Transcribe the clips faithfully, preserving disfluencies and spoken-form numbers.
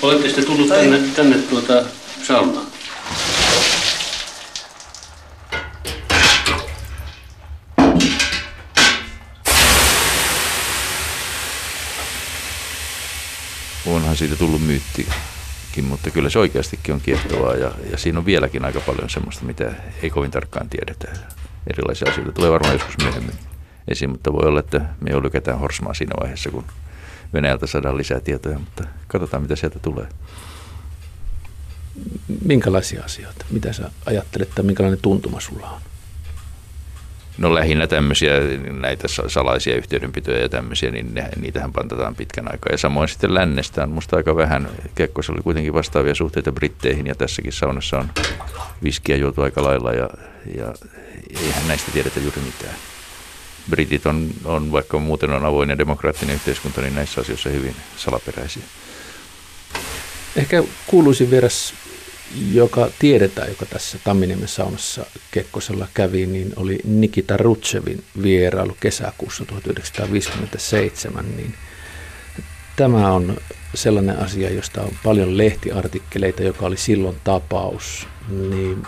Olette sitten tullut tänne, tänne tuota saunaan? Onhan siitä tullut myyttikin, mutta kyllä se oikeastikin on kiehtovaa ja, ja siinä on vieläkin aika paljon semmoista, mitä ei kovin tarkkaan tiedetä. Erilaisia asioita tulee varmaan joskus myöhemmin esiin, mutta voi olla, että me jo lykätään horsmaa siinä vaiheessa, kun Venäjältä saadaan lisää tietoja, mutta katsotaan, mitä sieltä tulee. Minkälaisia asioita? Mitä sä ajattelet tai minkälainen tuntuma sulla on? No lähinnä tämmöisiä, näitä salaisia yhteydenpitoja ja tämmöisiä, niin ne, niitähän pantataan pitkän aikaa. Ja samoin sitten lännestä on musta aika vähän. Kekkosella oli kuitenkin vastaavia suhteita britteihin ja tässäkin saunassa on viskiä juotu aika lailla ja, ja eihän näistä tiedetä juuri mitään. Britit on, on, vaikka muuten on avoin ja demokraattinen yhteiskunta, niin näissä asioissa hyvin salaperäisiä. Ehkä kuuluisin vieras, joka tiedetään, joka tässä Tamminiemen saunassa Kekkosella kävi, niin oli Nikita Rutschevin vierailu kesäkuussa tuhatyhdeksänsataaviisikymmentäseitsemän. Niin tämä on sellainen asia, josta on paljon lehtiartikkeleita, joka oli silloin tapaus. Niin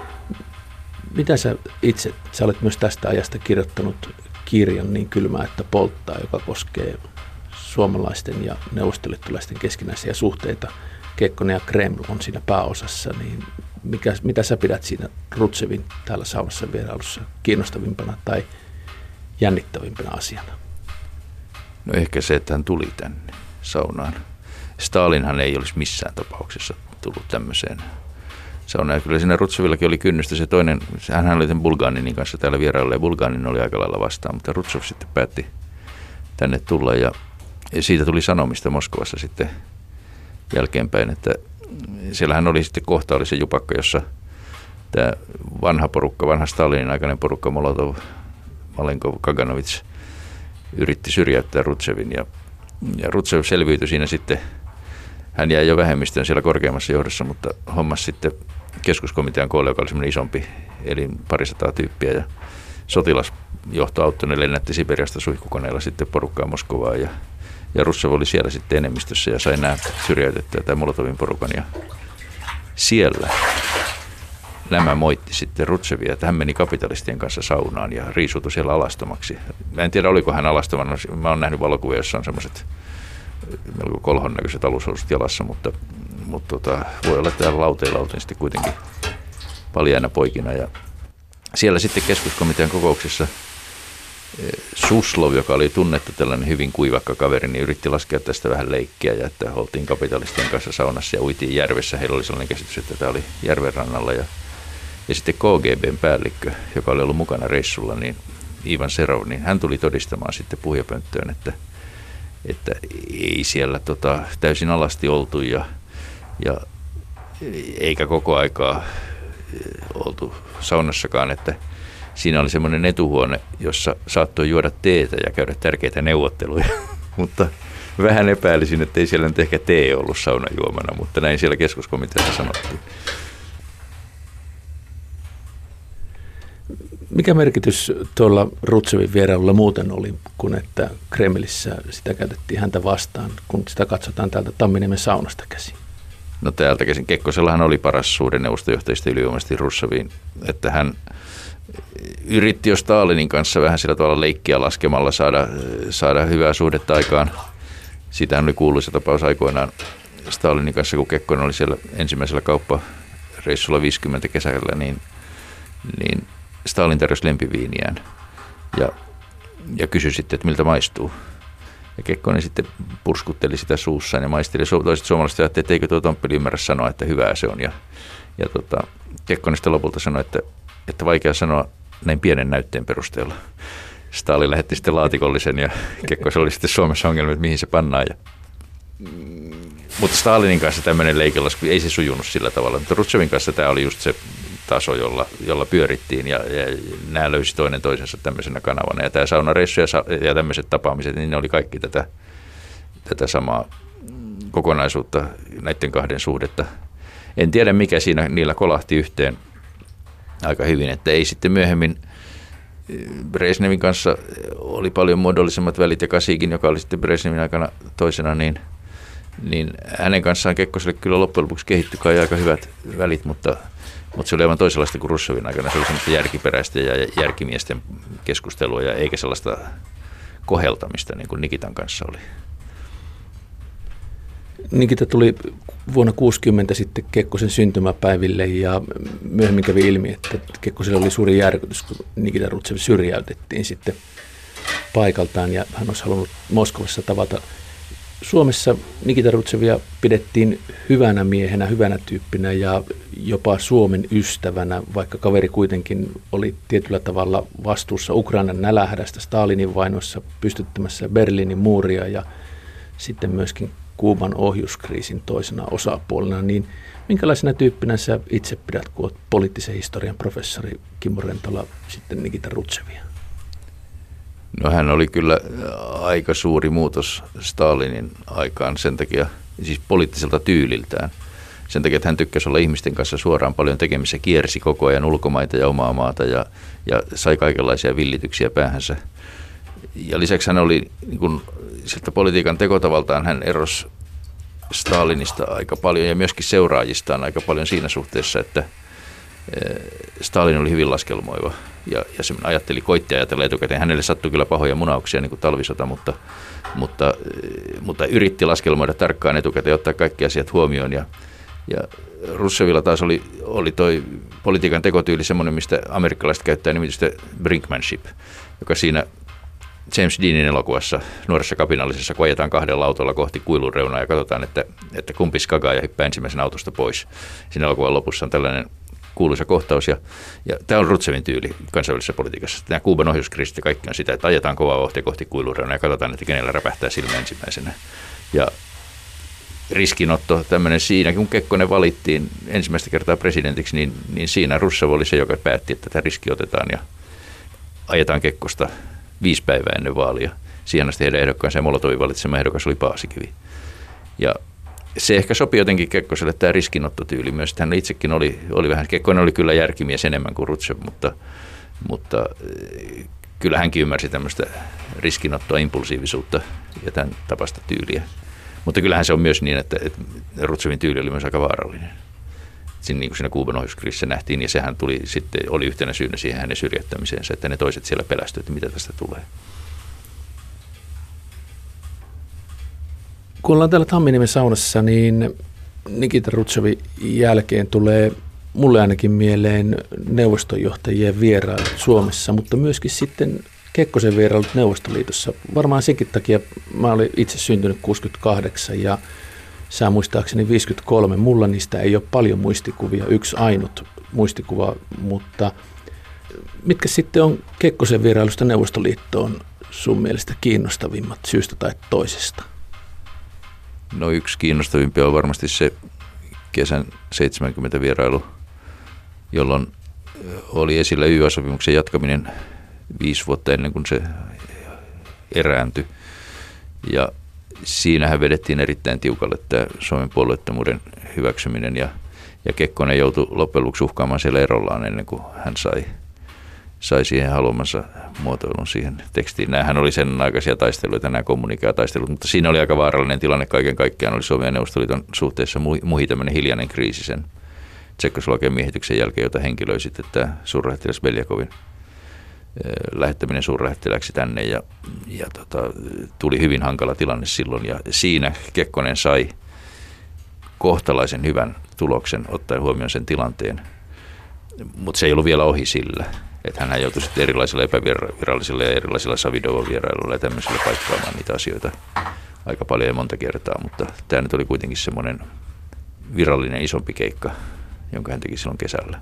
mitä sä itse, sä olet myös tästä ajasta kirjoittanut kirjan Niin kylmää, että polttaa, joka koskee suomalaisten ja neuvostoliittolaisten keskinäisiä suhteita. Kekkonen ja Kreml on siinä pääosassa, niin mikä, mitä sä pidät siinä Rutschevin täällä saunassa vierailussa kiinnostavimpana tai jännittävimpänä asiana? No ehkä se, että hän tuli tänne saunaan. Stalinhan ei olisi missään tapauksessa tullut tämmöiseen saunaan. Ja kyllä siinä Rutschevillakin oli kynnystä se toinen, hänhän oli tämän Bulganinin kanssa täällä vierailulla ja Bulganin oli aika lailla vastaan, mutta Rutschev sitten päätti tänne tulla ja, ja siitä tuli sanomista Moskovassa sitten jälkeenpäin, että siellähän oli sitten kohta oli se jupakka, jossa tämä vanha porukka, vanha Stalinin aikainen porukka, Molotov, Malenkov, Kaganovits, yritti syrjäyttää Rutschevin ja, ja Rutschev selviytyi siinä sitten, hän jäi jo vähemmistöön siellä korkeammassa johdossa, mutta hommas sitten keskuskomitean koolle, joka oli semmoinen isompi, eli parisataa tyyppiä ja sotilasjohto auttoi, ne lennätti Siberiasta suihkukoneella sitten porukkaa Moskovaan ja Ja Rutschev oli siellä sitten enemmistössä ja sai nämä syrjäytettyä tämä Molotovin porukan. Ja siellä nämä moitti sitten Rutschevia, että hän meni kapitalistien kanssa saunaan ja riisuutui siellä alastomaksi. Mä en tiedä, oliko hän alastomana. Mä oon nähnyt valokuvia, jossa on semmoiset melko kolhon näköiset alushousut jalassa, mutta, mutta tota, voi olla, että täällä lauteilla oltiin sitten kuitenkin paljaina poikina. Ja siellä sitten keskuskomitean kokouksessa Suslov, joka oli tunnettu tällainen hyvin kuivakka kaveri, niin yritti laskea tästä vähän leikkiä ja että oltiin kapitalistien kanssa saunassa ja uitiin järvessä. Heillä oli sellainen käsitys, että tämä oli järven rannalla. Ja, ja sitten K G B:n päällikkö, joka oli ollut mukana reissulla, niin Ivan Serov, niin hän tuli todistamaan sitten puhujapönttöön, että, että ei siellä tota, täysin alasti oltu ja, ja eikä koko aikaa oltu saunassakaan, että siinä oli semmoinen etuhuone, jossa saattoi juoda teetä ja käydä tärkeitä neuvotteluja, mutta vähän epäilisin, että ei siellä nyt ehkä tee ollut saunajuomana, mutta näin siellä keskuskomiteassa sanottiin. Mikä merkitys tuolla Rutschevin vierailulla muuten oli, kun että Kremlissä sitä käytettiin häntä vastaan, kun sitä katsotaan täältä Tamminiemen saunasta käsin? No täältä käsin. Kekkosellahan oli paras suhde neuvostojohtajista ylivoimaisesti Rutscheviin, että hän yritti jo Stalinin kanssa vähän sillä tavalla leikkiä laskemalla saada, saada hyvää suhdetta aikaan. Siitähän oli kuuluisa tapaus aikoinaan Stalinin kanssa, kun Kekkonen oli siellä ensimmäisellä kauppareissulla viisikymmentä kesällä, niin, niin Stalin tarjosi lempiviiniään ja, ja kysyi sitten, että miltä maistuu. Ja Kekkonen sitten purskutteli sitä suussaan ja maisteli. Toiset suomalaiset ajattelivat, että eikö tuo Tomppeli ymmärrä sanoa, että hyvää se on. Ja, ja tota, Kekkonen sitten lopulta sanoi, että, että vaikea sanoa näin pienen näytteen perusteella. Stalin lähetti sitten laatikollisen ja Kekkosella oli sitten Suomessa ongelmia, että mihin se pannaan. Ja, mutta Stalinin kanssa tämmöinen leikilasku ei se sujunut sillä tavalla. Mutta Rutschevin kanssa tämä oli just se taso, jolla, jolla pyörittiin ja, ja nämä löysi toinen toisensa tämmöisenä kanavana. Ja tämä saunareissu ja, ja tämmöiset tapaamiset, niin ne oli kaikki tätä, tätä samaa kokonaisuutta, näiden kahden suhdetta. En tiedä, mikä siinä niillä kolahti yhteen aika hyvin, että ei sitten myöhemmin Brezhnevin kanssa oli paljon muodollisemmat välit ja Kasikin, joka oli sitten Brezhnevin aikana toisena, niin niin hänen kanssaan Kekkoselle kyllä loppujen lopuksi kehittyi kai aika hyvät välit, mutta, mutta se oli aivan toisenlaista kuin Russovin aikana. Se oli sellaista järkiperäistä ja järkimiesten keskustelua ja eikä sellaista koheltamista niin kuin Nikitan kanssa oli. Nikita tuli vuonna kuusikymmentä sitten Kekkosen syntymäpäiville ja myöhemmin kävi ilmi, että Kekkoselle oli suuri järkytys, kun Nikita Rutsev syrjäytettiin sitten paikaltaan ja hän olisi halunnut Moskovassa tavata. Suomessa Nikita Rutsevia pidettiin hyvänä miehenä, hyvänä tyyppinä ja jopa Suomen ystävänä, vaikka kaveri kuitenkin oli tietyllä tavalla vastuussa Ukrainan nälähdästä, Stalinin vainoissa pystyttämässä Berliinin muuria ja sitten myöskin Kuuban ohjuskriisin toisena osapuolena. Niin minkälaisena tyyppinä sä itse pidät, kun olet poliittisen historian professori Kimmo Rentola, sitten Nikita Rutsevia? No hän oli kyllä aika suuri muutos Stalinin aikaan sen takia, siis poliittiselta tyyliltään. Sen takia, että hän tykkäsi olla ihmisten kanssa suoraan paljon tekemissä, kiersi koko ajan ulkomaita ja omaa maata ja, ja sai kaikenlaisia villityksiä päähänsä. Ja lisäksi hän oli niin kuin, siltä politiikan tekotavaltaan hän erosi Stalinista aika paljon ja myöskin seuraajistaan aika paljon siinä suhteessa, että Stalin oli hyvin laskelmoiva ja, ja se ajatteli, koitti ajatella etukäteen. Hänelle sattui kyllä pahoja munauksia niin kuin talvisota, mutta, mutta, mutta yritti laskelmoida tarkkaan etukäteen, ottaa kaikki asiat huomioon. Ja, ja Russevilla taas oli, oli toi politiikan tekotyyli semmoinen, mistä amerikkalaiset käyttää nimitystä brinkmanship, joka siinä James Deanin elokuvassa Nuoressa kapinallisessa, kun ajetaan kahdella autolla kohti kuilun reunaa ja katsotaan, että, että kumpi skagaa ja hyppää ensimmäisen autosta pois. Siinä elokuvan lopussa on tällainen kuuluisa kohtaus, ja, ja tämä on Rutsevin tyyli kansainvälisessä politiikassa. Nämä Kuuban ohjuskriisit ja kaikki on sitä, että ajetaan kovaa vauhtia kohti kuilureunaa ja katsotaan, että kenellä räpähtää silmä ensimmäisenä. Ja riskinotto, tämmöinen siinä, kun Kekkonen valittiin ensimmäistä kertaa presidentiksi, niin, niin siinä Russev oli se, joka päätti, että tämä riski otetaan ja ajetaan Kekkosta viisi päivää ennen vaalia. Siihen asti heidän ehdokkaansa ja Molotovin valitsema ehdokas oli Paasikivi. Ja se ehkä sopi jotenkin Kekkoselle tämä riskinottotyyli myös, että hän itsekin oli, oli vähän, Kekkonen oli kyllä järkimies enemmän kuin Rutsev, mutta, mutta kyllä hänkin ymmärsi tämmöistä riskinottoa, impulsiivisuutta ja tämän tapasta tyyliä. Mutta kyllähän se on myös niin, että, että Rutsevin tyyli oli myös aika vaarallinen. Siinä, niin kuin siinä Kuuban ohjuskriisissä nähtiin, ja sehän tuli, sitten oli yhtenä syynä siihen hänen syrjättämiseensä, että ne toiset siellä pelästyivät, että mitä tästä tulee. Kun ollaan täällä Tamminiemen saunassa, niin Nikita Rutsevin jälkeen tulee mulle ainakin mieleen neuvostonjohtajien vierailut Suomessa, mutta myöskin sitten Kekkosen vierailut Neuvostoliitossa. Varmaan senkin takia mä olin itse syntynyt kuusikymmentäkahdeksan ja sä muistaakseni viisikymmentäkolme. Mulla niistä ei ole paljon muistikuvia, yksi ainut muistikuva, mutta mitkä sitten on Kekkosen vierailusta Neuvostoliittoon sun mielestä kiinnostavimmat syystä tai toisesta? No yksi kiinnostavimpia on varmasti se kesän seitsemänkymmentä vierailu, jolloin oli esillä Y A-sopimuksen jatkaminen viisi vuotta ennen kuin se erääntyi. Ja siinähän vedettiin erittäin tiukalle tämä Suomen puolueettomuuden hyväksyminen ja, ja Kekkonen joutui loppujen lopuksi uhkaamaan siellä erollaan ennen kuin hän sai, sai siihen haluamansa muotoilun siihen tekstiin. Nämähän oli sen aikaisia taisteluita, nämä kommunikaataistelut, mutta siinä oli aika vaarallinen tilanne kaiken kaikkiaan. Oli Suomen ja Neuvostoliiton suhteessa muhi tämmöinen hiljainen kriisi sen Tsekkoslovakian miehityksen jälkeen, jota henkilöi sitten tämä suurlähettiläs Beljakovin lähettäminen suurlähettiläksi tänne ja, ja tota, tuli hyvin hankala tilanne silloin ja siinä Kekkonen sai kohtalaisen hyvän tuloksen ottaen huomioon sen tilanteen, mutta se ei ollut vielä ohi sillä, että hän joutui sitten erilaisilla epävirallisilla ja erilaisilla Savidova-vierailuilla ja tämmöisillä paikkaamaan niitä asioita aika paljon ja monta kertaa, mutta tämä nyt oli kuitenkin semmoinen virallinen isompi keikka, jonka hän teki silloin kesällä.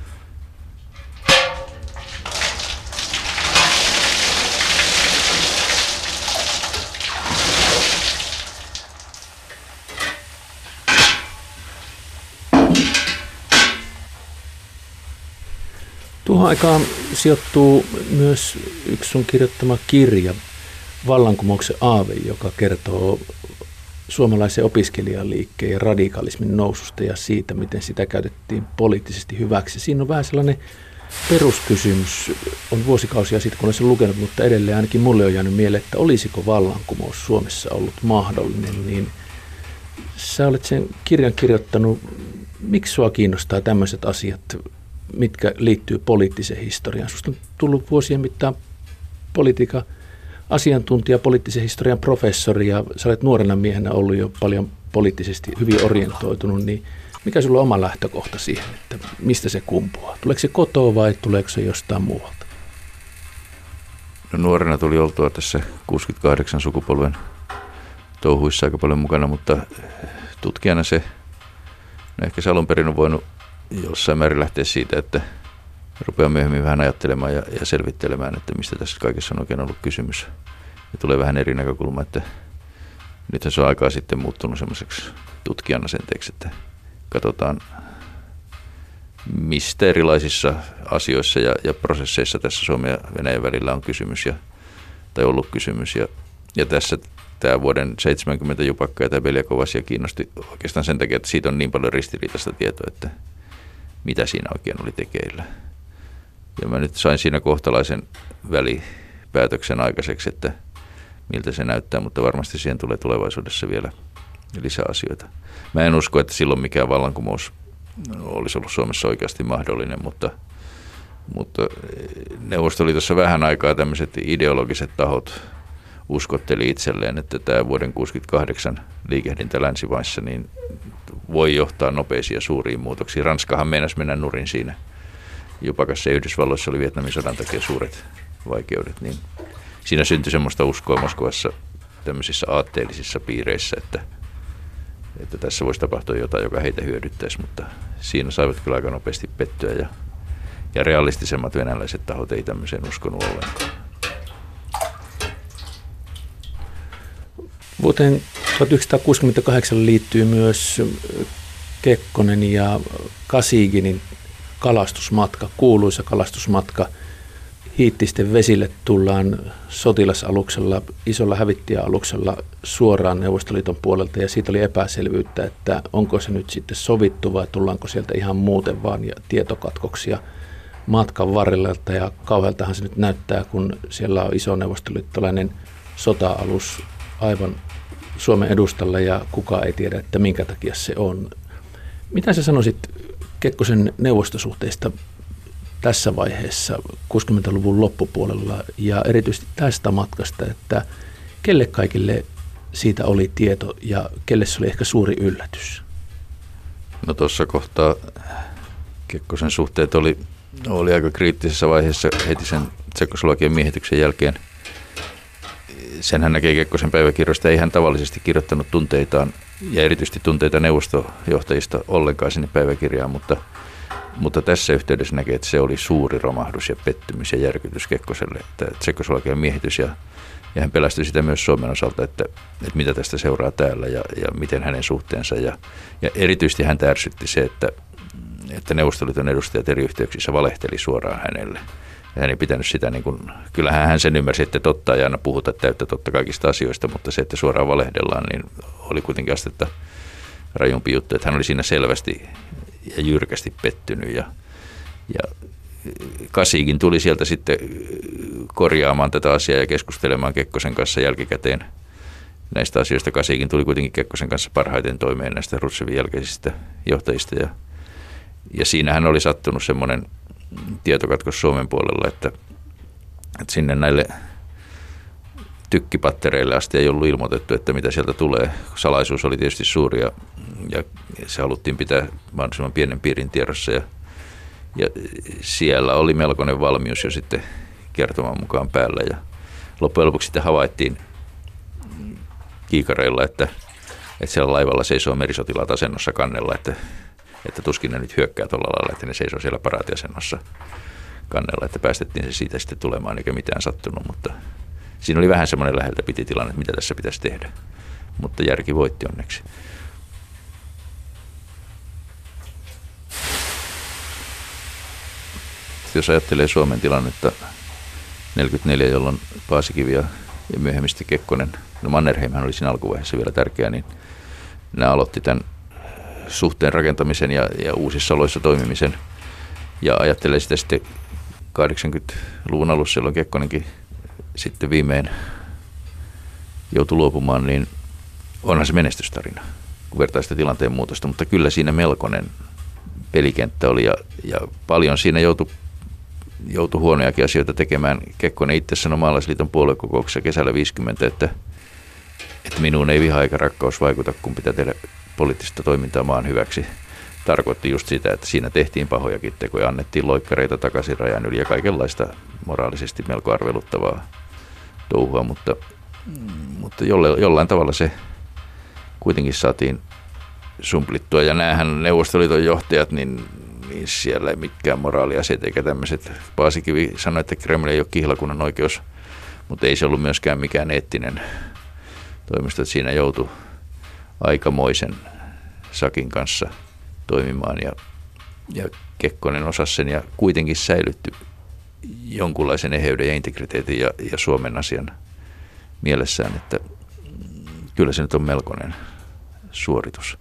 Tuohon aikaan sijoittuu myös yksi sun kirjoittama kirja, Vallankumouksen aave, joka kertoo suomalaisen opiskelijaliikkeen ja radikalismin noususta ja siitä, miten sitä käytettiin poliittisesti hyväksi. Siinä on vähän sellainen peruskysymys, on vuosikausia siitä, kun olen sen lukenut, mutta edelleen ainakin mulle on jäänyt mieleen, että olisiko vallankumous Suomessa ollut mahdollinen, niin Sä olet sen kirjan kirjoittanut. Miksi sua kiinnostaa tämmöiset asiat, mitkä liittyy poliittiseen historiaan? Susta on tullut vuosien mittaan politiikan asiantuntija, poliittisen historian professori ja sä olet nuorena miehenä ollut jo paljon poliittisesti hyvin orientoitunut, niin mikä sulla on oma lähtökohta siihen, että mistä se kumpuaa? Tuleeko se kotoa vai tuleeko se jostain muualta? No, nuorena tuli oltua tässä kuusikymmentäkahdeksan sukupolven touhuissa aika paljon mukana, mutta tutkijana se, no ehkä se alun perin on voinut jossain määrin lähteä siitä, että rupeaa myöhemmin vähän ajattelemaan ja, ja selvittelemään, että mistä tässä kaikessa on oikein ollut kysymys. Ja tulee vähän eri näkökulma, että nythän se on aikaa sitten muuttunut semmoiseksi tutkijan asenteeksi, että katsotaan, mistä erilaisissa asioissa ja, ja prosesseissa tässä Suomen ja Venäjän välillä on kysymys ja, tai ollut kysymys. Ja, ja tässä tämä vuoden seitsemänkymmentä jupakka ja tämä Beljakov-asia kiinnosti oikeastaan sen takia, että siitä on niin paljon ristiriitaista tietoa, että mitä siinä oikein oli tekeillä. Ja mä nyt sain siinä kohtalaisen välipäätöksen aikaiseksi, että miltä se näyttää, mutta varmasti siihen tulee tulevaisuudessa vielä lisää asioita. Mä en usko, että silloin mikään vallankumous olisi ollut Suomessa oikeasti mahdollinen, mutta, mutta Neuvostoliitossa vähän aikaa tämmöiset ideologiset tahot uskotteli itselleen, että tämä vuoden kuusikymmentäkahdeksan liikehdintä länsimaissa niin voi johtaa nopeisiin ja suuriin muutoksiin. Ranskahan meinasi mennä nurin siinä jupakassa ja Yhdysvalloissa oli Vietnamin sodan takia suuret vaikeudet, niin siinä syntyi semmoista uskoa Moskovassa tämmöisissä aatteellisissa piireissä, että, että tässä voisi tapahtua jotain, joka heitä hyödyttäisi, mutta siinä saivat kyllä aika nopeasti pettyä ja, ja realistisemmat venäläiset tahot ei tämmöiseen uskonut ollenkaan. Vuoteen tuhatyhdeksänsataakuusikymmentäkahdeksan liittyy myös Kekkonen ja Kosyginin kalastusmatka, kuuluisa kalastusmatka. Hiittisten vesille tullaan sotilasaluksella, isolla hävittäjäaluksella suoraan Neuvostoliiton puolelta ja siitä oli epäselvyyttä, että onko se nyt sitten sovittu vai tullaanko sieltä ihan muuten vaan ja tietokatkoksia matkan varrella ja kauhealtahan se nyt näyttää, kun siellä on iso neuvostoliittolainen sota-alus aivan Suomen edustalla ja kukaan ei tiedä, että minkä takia se on. Mitä sä sanoisit Kekkosen neuvostosuhteista tässä vaiheessa kuusikymmentäluvun loppupuolella ja erityisesti tästä matkasta, että kelle kaikille siitä oli tieto ja kelle se oli ehkä suuri yllätys? No tuossa kohtaa Kekkosen suhteet oli, oli aika kriittisessä vaiheessa heti sen Tsekkoslovakian miehityksen jälkeen. Sen hän näkee Kekkosen päiväkirjoista, ei hän tavallisesti kirjoittanut tunteitaan ja erityisesti tunteita neuvostojohtajista ollenkaan sinne päiväkirjaan, mutta, mutta tässä yhteydessä näkee, että se oli suuri romahdus ja pettymys ja järkytys Kekkoselle, että Tsekkoslovakian miehitys ja, ja hän pelästyi sitä myös Suomen osalta, että, että mitä tästä seuraa täällä ja, ja miten hänen suhteensa ja, ja erityisesti häntä ärsytti se, että, että Neuvostoliiton edustajat eri yhteyksissä valehteli suoraan hänelle. Ja hän ei pitänyt sitä, niin kuin, kyllähän hän sen ymmärsi, että totta ei aina puhuta täyttä totta kaikista asioista, mutta se, että suoraan valehdellaan, niin oli kuitenkin astetta rajumpi juttu, että hän oli siinä selvästi ja jyrkästi pettynyt. Ja, ja Kosygin tuli sieltä sitten korjaamaan tätä asiaa ja keskustelemaan Kekkosen kanssa jälkikäteen näistä asioista. Kosygin tuli kuitenkin Kekkosen kanssa parhaiten toimeen näistä Rutschevin jälkeisistä johtajista ja, ja siinähän oli sattunut semmoinen tietokatkos Suomen puolella, että, että sinne näille tykkipattereille asti ei ollut ilmoitettu, että mitä sieltä tulee. Salaisuus oli tietysti suuri ja, ja se haluttiin pitää mahdollisimman pienen piirin tiedossa ja, ja siellä oli melkoinen valmius jo sitten kertomaan mukaan päällä ja loppujen lopuksi sitten havaittiin kiikareilla, että, että siellä laivalla seisoo merisotilaat asennossa kannella, että että tuskin ne nyt hyökkää tuolla lailla, että ne seisoo siellä paraatiasennossa kannella, että päästettiin se siitä sitten tulemaan eikä mitään sattunut, mutta siinä oli vähän semmoinen läheltä piti tilanne, että mitä tässä pitäisi tehdä, mutta järki voitti onneksi. Jos ajattelee Suomen tilannetta neljäkymmentäneljä, jolloin Paasikivi ja myöhemmin sitten Kekkonen, no Mannerheimhän oli siinä alkuvaiheessa vielä tärkeä, niin nämä aloitti tämän suhteen rakentamisen ja, ja uusissa oloissa toimimisen. Ja ajattelee sitä sitten kahdeksankymmentäluvun alussa, jolloin Kekkonenkin sitten viimein joutui luopumaan, niin onhan se menestystarina. kun vertaa sitä tilanteen muutosta, mutta kyllä siinä melkoinen pelikenttä oli ja, ja paljon siinä joutui, joutui huonojakin asioita tekemään. Kekkonen itse sanoi Maalaisliiton puoluekokouksessa kesällä viisikymmentä, että, että minuun ei viha eikä rakkaus vaikuta, kun pitää tehdä poliittista toimintaa maan hyväksi. Tarkoitti just sitä, että siinä tehtiin pahojakin tekoja, annettiin loikkareita takaisin rajan yli ja kaikenlaista moraalisesti melko arveluttavaa touhua, mutta, mutta jolle, jollain tavalla se kuitenkin saatiin sumplittua. Ja näähän Neuvostoliiton johtajat, niin, niin siellä ei mitkään moraaliasiat eikä tämmöiset. Paasikivi sanoi, että Kreml ei ole kihlakunnan oikeus, mutta ei se ollut myöskään mikään eettinen toimisto, että siinä joutui aikamoisen sakin kanssa toimimaan ja, ja Kekkonen osasi sen ja kuitenkin säilytty jonkunlaisen eheyden ja integriteetin ja, ja Suomen asian mielessään, että kyllä se nyt on melkoinen suoritus.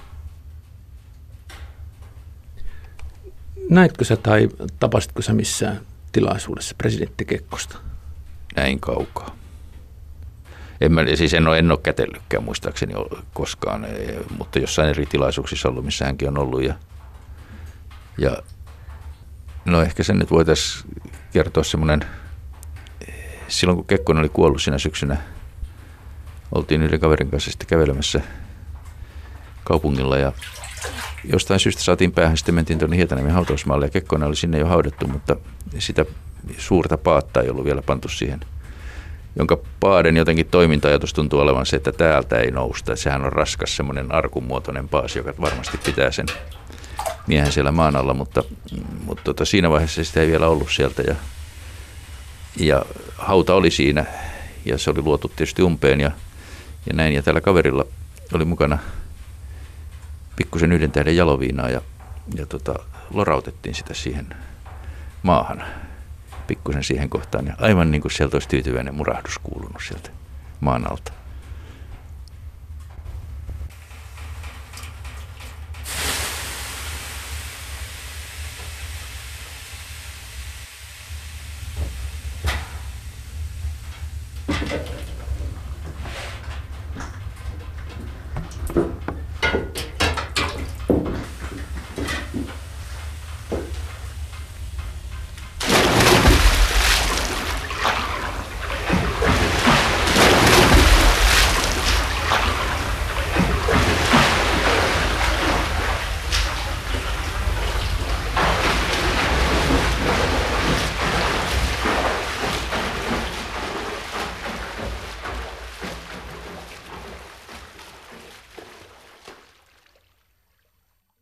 Näitkö sä tai tapasitko sä missään tilaisuudessa presidentti Kekkosta? Näin kaukaa. En, mä, siis en ole, en ole kätellytkään muistaakseni koskaan, mutta jossain eri tilaisuuksissa ollut, missä hänkin on ollut. Ja, ja no ehkä sen nyt voitaisiin kertoa semmoinen, silloin kun Kekkonen oli kuollut siinä syksynä, oltiin yhden kaverin kanssa sitten kävelemässä kaupungilla ja jostain syystä saatiin päähän, sitten mentiin tuonne Hietaniemen hautausmaalle ja Kekkonen oli sinne jo haudattu, mutta sitä suurta paattaa ei ollut vielä pantu siihen, jonka paaden jotenkin toiminta-ajatus tuntuu olevan se, että täältä ei nousta. Sehän on raskas semmoinen arkunmuotoinen paasi, joka varmasti pitää sen miehen siellä maan alla, mutta, mutta tota, siinä vaiheessa sitä ei vielä ollut sieltä ja, ja hauta oli siinä ja se oli luotu tietysti umpeen ja, ja näin. Ja tällä kaverilla oli mukana pikkusen yhden tähden jaloviinaa ja, ja tota, lorautettiin sitä siihen maahan. Pikkusen siihen kohtaan ja aivan niin kuin sieltä olisi tyytyväinen murahdus kuulunut sieltä maan alta. Thank you.